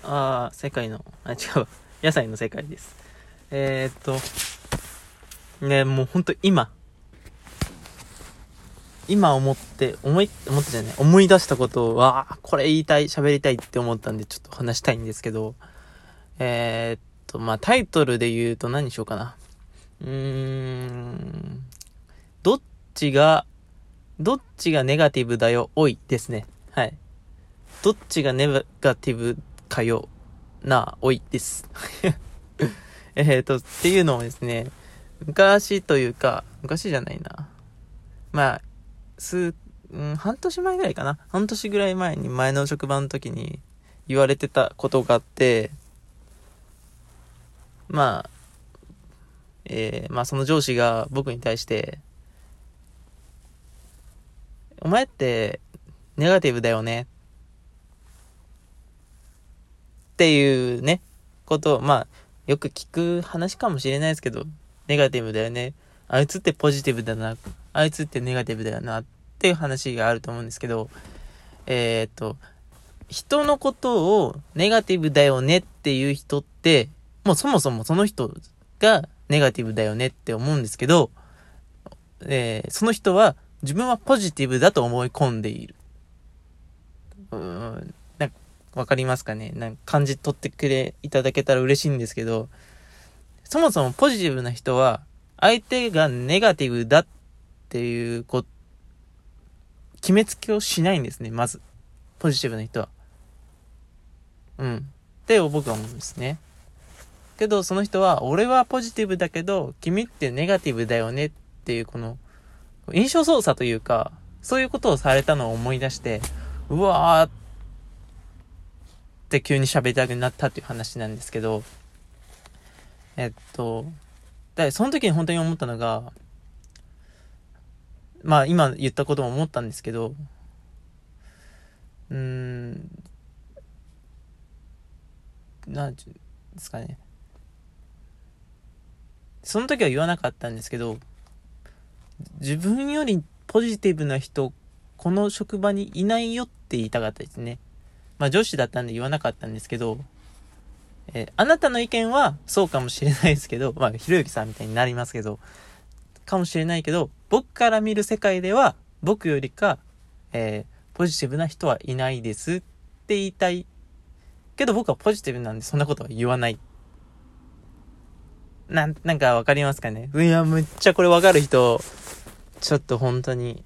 世界の、違うわ。野菜の世界です。ね、もうほんと今思い出したことを、これ喋りたいって思ったんで、ちょっと話したいんですけど、タイトルで言うと何しようかな。どっちがネガティブだよ、おいですね。はい。どっちがネガティブかよ、な、おいです。っていうのをですね、昔じゃないな。半年前ぐらいかな。半年ぐらい前に前の職場の時に言われてたことがあって、その上司が僕に対して、お前ってネガティブだよねっていうね、ことを、よく聞く話かもしれないですけど、ネガティブだよね。あいつってポジティブだな。あいつってネガティブだよなっていう話があると思うんですけど、人のことをネガティブだよねっていう人って、もうそもそもその人がネガティブだよねって思うんですけど、その人は自分はポジティブだと思い込んでいる。わかりますかね？感じ取っていただけたら嬉しいんですけど、そもそもポジティブな人は相手がネガティブだっていう決めつけをしないんですね、まず。ポジティブな人は。って僕は思うんですね。けどその人は、俺はポジティブだけど、君ってネガティブだよねっていうこの、印象操作というか、そういうことをされたのを思い出して、うわーって急に喋りたくなったっていう話なんですけど、その時に本当に思ったのが、今言ったことも思ったんですけど、なんていうんですかね。その時は言わなかったんですけど、自分よりポジティブな人、この職場にいないよって言いたかったですね。上司だったんで言わなかったんですけど、あなたの意見はそうかもしれないですけど、ひろゆきさんみたいになりますけど、かもしれないけど、僕から見る世界では、僕よりか、ポジティブな人はいないですって言いたい。けど僕はポジティブなんでそんなことは言わない。なんかわかりますかね？いや、めっちゃこれわかる人、ちょっと本当に、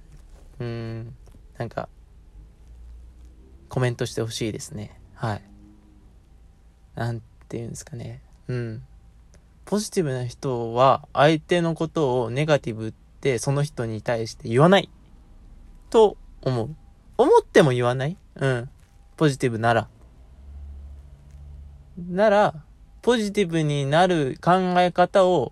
コメントしてほしいですね。はい。なんていうんですかね。ポジティブな人は相手のことをネガティブってその人に対して言わないと思う。思っても言わない？ポジティブなら、ポジティブになる考え方を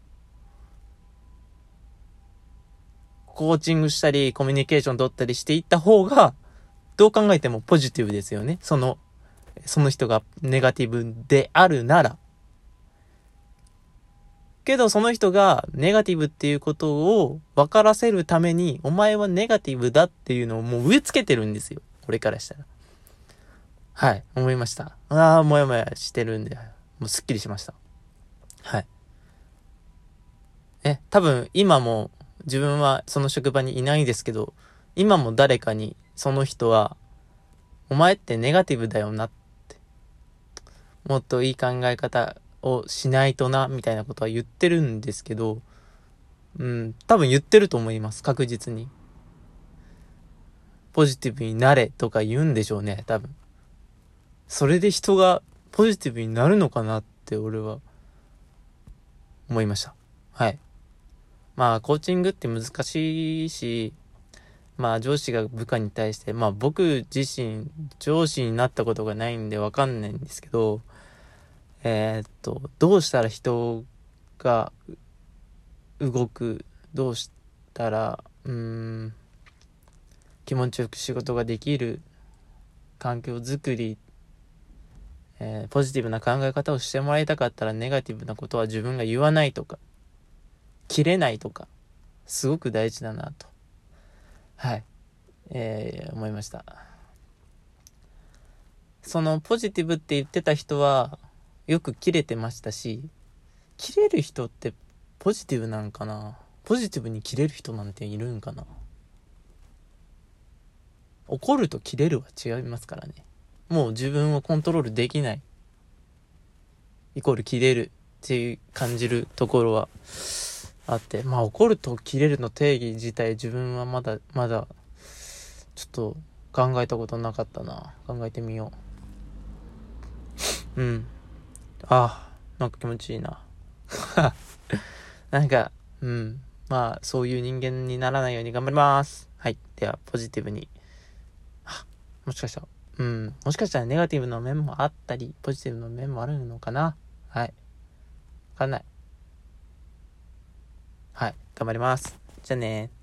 コーチングしたりコミュニケーション取ったりしていった方がどう考えてもポジティブですよね。その人がネガティブであるなら。けどその人がネガティブっていうことを分からせるために、お前はネガティブだっていうのをもう植え付けてるんですよ。これからしたら。はい、思いました。もやもやしてるんで、もうすっきりしました。はい。多分今も自分はその職場にいないですけど、今も誰かにその人は、お前ってネガティブだよなって、もっといい考え方をしないとなみたいなことは言ってるんですけど、多分言ってると思います。確実にポジティブになれとか言うんでしょうね。多分それで人がポジティブになるのかなって俺は思いました。はい。コーチングって難しいし、上司が部下に対して、僕自身上司になったことがないんでわかんないんですけど、どうしたら人が動く、どうしたら気持ちよく仕事ができる環境づくり、ポジティブな考え方をしてもらいたかったら、ネガティブなことは自分が言わないとか切れないとか、すごく大事だなと、はい、思いました。 そのポジティブって言ってた人はよくキレてましたし、キレる人ってポジティブなんかな。ポジティブにキレる人なんているんかな。怒るとキレるは違いますからね。もう自分をコントロールできないイコールキレるっていう感じるところはあって、まあ怒るとキレるの定義自体自分はまだちょっと考えたことなかったな。考えてみよう。なんか気持ちいいな。なんかまあそういう人間にならないように頑張ります。はい。ではポジティブに。もしかしたらもしかしたらネガティブな面もあったりポジティブな面もあるのかな。はい。わかんない。はい。頑張ります。じゃあね。